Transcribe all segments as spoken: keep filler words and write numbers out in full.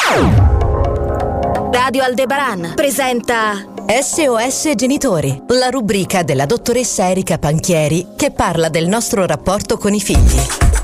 Radio Aldebaran presenta S O S Genitori, la rubrica della dottoressa Erika Panchieri che parla del nostro rapporto con i figli.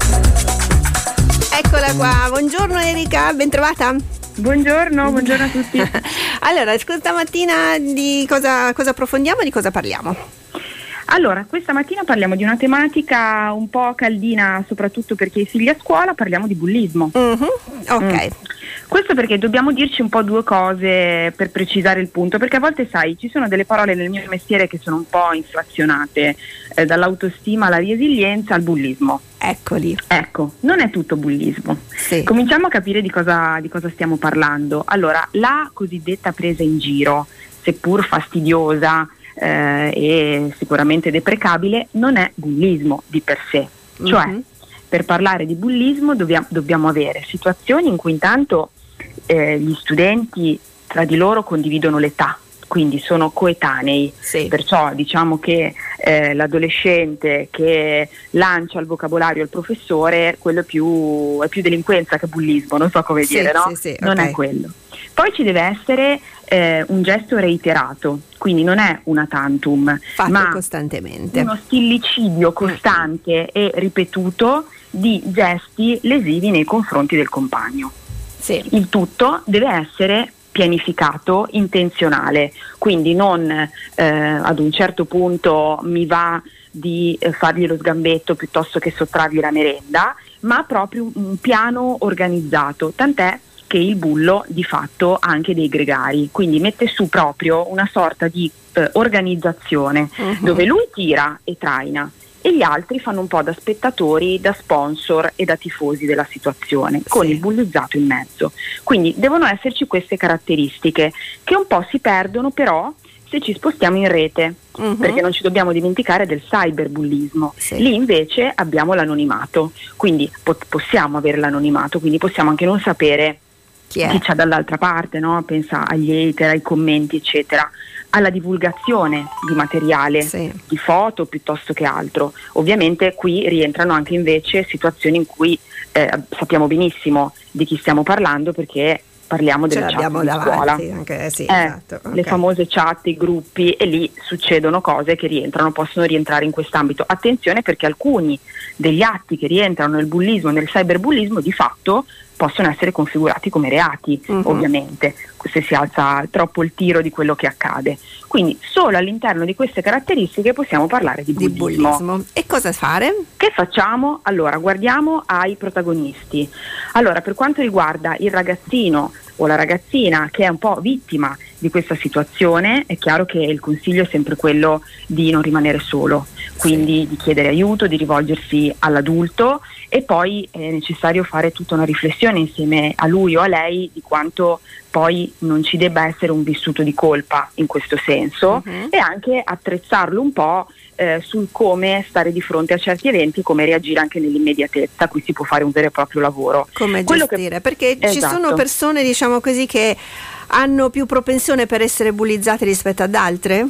Eccola qua, buongiorno Erika, ben trovata. Buongiorno, buongiorno a tutti. Allora, questa mattina di cosa, cosa approfondiamo e di cosa parliamo? Allora, questa mattina parliamo di una tematica un po' caldina, soprattutto perché i figli a scuola, parliamo di bullismo. Mm-hmm. Ok. Mm. Questo perché dobbiamo dirci un po' due cose per precisare il punto, perché a volte, sai, ci sono delle parole nel mio mestiere che sono un po' inflazionate, eh, dall'autostima alla resilienza al bullismo. Eccoli. Ecco, non è tutto bullismo. Sì. Cominciamo a capire di cosa, di cosa stiamo parlando. Allora, la cosiddetta presa in giro, seppur fastidiosa eh, e sicuramente deprecabile, non è bullismo di per sé. Mm-hmm. Cioè, per parlare di bullismo dobbiamo, dobbiamo avere situazioni in cui intanto eh, gli studenti tra di loro condividono l'età, quindi sono coetanei, sì. Perciò diciamo che eh, l'adolescente che lancia il vocabolario al professore, quello è più, è più delinquenza che bullismo, non so come sì, dire, no? Sì, sì, non okay. è quello. Poi ci deve essere eh, un gesto reiterato, quindi non è una tantum, fatto ma costantemente. Uno stillicidio costante e ripetuto di gesti lesivi nei confronti del compagno. Sì. Il tutto deve essere pianificato, intenzionale, quindi non eh, ad un certo punto mi va di eh, fargli lo sgambetto piuttosto che sottrargli la merenda, ma proprio un piano organizzato, tant'è che il bullo di fatto ha anche dei gregari, quindi mette su proprio una sorta di eh, organizzazione uh-huh. dove lui tira e traina e gli altri fanno un po' da spettatori, da sponsor e da tifosi della situazione, con sì. il bullizzato in mezzo. Quindi devono esserci queste caratteristiche che un po' si perdono però se ci spostiamo in rete, uh-huh. perché non ci dobbiamo dimenticare del cyberbullismo. Sì. Lì invece abbiamo l'anonimato, quindi pot- possiamo avere l'anonimato, quindi possiamo anche non sapere chi, chi c'è dall'altra parte, no? Pensa agli hater, ai commenti, eccetera, alla divulgazione di materiale, sì. di foto piuttosto che altro. Ovviamente qui rientrano anche invece situazioni in cui eh, sappiamo benissimo di chi stiamo parlando perché parliamo delle chat di scuola, anche, sì, eh, esatto. Okay. Le famose chat, i gruppi, e lì succedono cose che rientrano, possono rientrare in quest'ambito. Attenzione, perché alcuni degli atti che rientrano nel bullismo, nel cyberbullismo, di fatto possono essere configurati come reati, uh-huh. ovviamente, se si alza troppo il tiro di quello che accade. Quindi solo all'interno di queste caratteristiche possiamo parlare di bullismo. Di bullismo. E cosa fare? Che facciamo? Allora, guardiamo ai protagonisti. Allora, per quanto riguarda il ragazzino o la ragazzina che è un po' vittima di questa situazione, è chiaro che il consiglio è sempre quello di non rimanere solo, quindi sì. di chiedere aiuto, di rivolgersi all'adulto, e poi è necessario fare tutta una riflessione insieme a lui o a lei di quanto poi non ci debba essere un vissuto di colpa in questo senso, uh-huh. e anche attrezzarlo un po' eh, sul come stare di fronte a certi eventi, come reagire anche nell'immediatezza. Qui si può fare un vero e proprio lavoro. Come Quello gestire, che... perché esatto. ci sono persone, diciamo così, che hanno più propensione per essere bullizzate rispetto ad altre?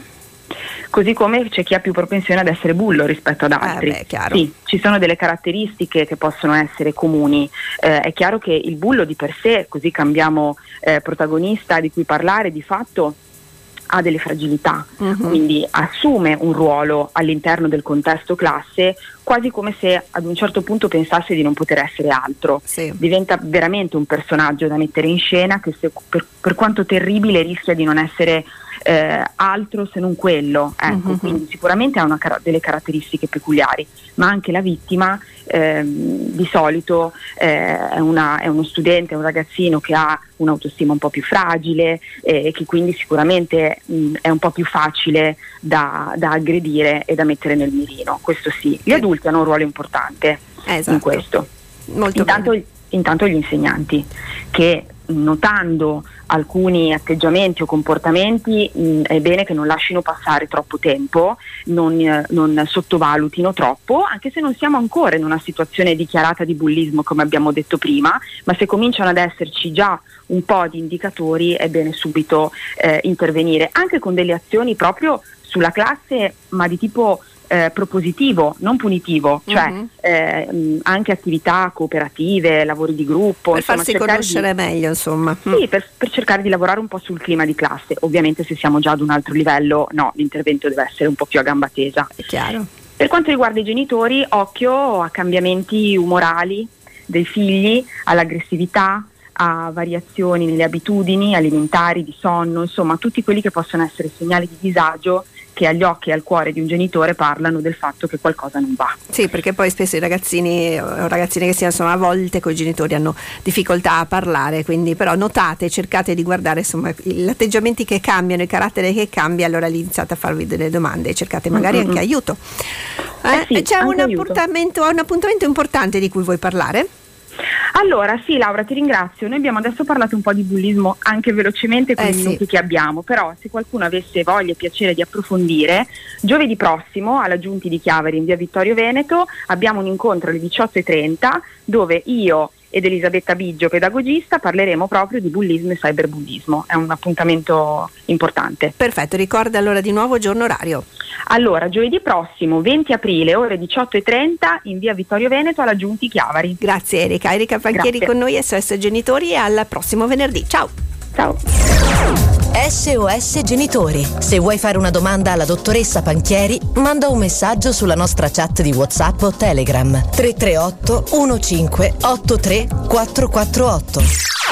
Così come c'è chi ha più propensione ad essere bullo rispetto ad altri. Eh beh, chiaro. Sì, ci sono delle caratteristiche che possono essere comuni. Eh, è chiaro che il bullo di per sé, così cambiamo eh, protagonista di cui parlare, di fatto ha delle fragilità, uh-huh. quindi assume un ruolo all'interno del contesto classe quasi come se ad un certo punto pensasse di non poter essere altro. Sì. Diventa veramente un personaggio da mettere in scena che se, per, per quanto terribile rischia di non essere eh, altro se non quello, ecco. Uh-huh. Quindi sicuramente ha una, delle caratteristiche peculiari, ma anche la vittima ehm, di solito eh, è, una, è uno studente, è un ragazzino che ha un'autostima un po' più fragile e eh, che quindi sicuramente mh, è un po' più facile da, da aggredire e da mettere nel mirino, questo sì. Gli adulti hanno un ruolo importante, esatto, in questo. Molto intanto, bene. intanto gli insegnanti che, notando alcuni atteggiamenti o comportamenti, mh, è bene che non lasciano passare troppo tempo, non, eh, non sottovalutino troppo, anche se non siamo ancora in una situazione dichiarata di bullismo come abbiamo detto prima, ma se cominciano ad esserci già un po' di indicatori è bene subito eh, intervenire, anche con delle azioni proprio sulla classe, ma di tipo eh, propositivo, non punitivo, cioè uh-huh. eh, anche attività cooperative, lavori di gruppo. Per insomma, farsi conoscere di, meglio, insomma. Sì, per, per cercare di lavorare un po' sul clima di classe. Ovviamente se siamo già ad un altro livello, no, l'intervento deve essere un po' più a gamba tesa. È chiaro. Per quanto riguarda i genitori, occhio a cambiamenti umorali dei figli, all'aggressività, a variazioni nelle abitudini alimentari, di sonno, insomma tutti quelli che possono essere segnali di disagio che agli occhi e al cuore di un genitore parlano del fatto che qualcosa non va. Sì, perché poi spesso i ragazzini o ragazzine che siano, insomma, a volte con i genitori hanno difficoltà a parlare, quindi però notate, cercate di guardare, insomma, gli atteggiamenti che cambiano, il carattere che cambia, allora iniziate a farvi delle domande e cercate magari mm-hmm. anche aiuto. Eh, eh sì, c'è un aiuto. appuntamento, un appuntamento importante di cui vuoi parlare? Allora sì, Laura, ti ringrazio. Noi abbiamo adesso parlato un po' di bullismo anche velocemente con eh, i minuti sì. che abbiamo, però se qualcuno avesse voglia e piacere di approfondire, giovedì prossimo alla Giunti di Chiavari in via Vittorio Veneto abbiamo un incontro alle diciotto e trenta dove io ed Elisabetta Biggio, pedagogista, parleremo proprio di bullismo e cyberbullismo. È un appuntamento importante. Perfetto, ricorda allora di nuovo giorno orario. Allora, giovedì prossimo, venti aprile, ore diciotto e trenta, in via Vittorio Veneto alla Giunti Chiavari. Grazie Erika. Erika Panchieri Grazie. con noi, S O S Genitori, e al prossimo venerdì. Ciao! Ciao! S O S Genitori. Se vuoi fare una domanda alla dottoressa Panchieri, manda un messaggio sulla nostra chat di WhatsApp o Telegram tre tre otto uno cinque otto tre quattro quattro otto.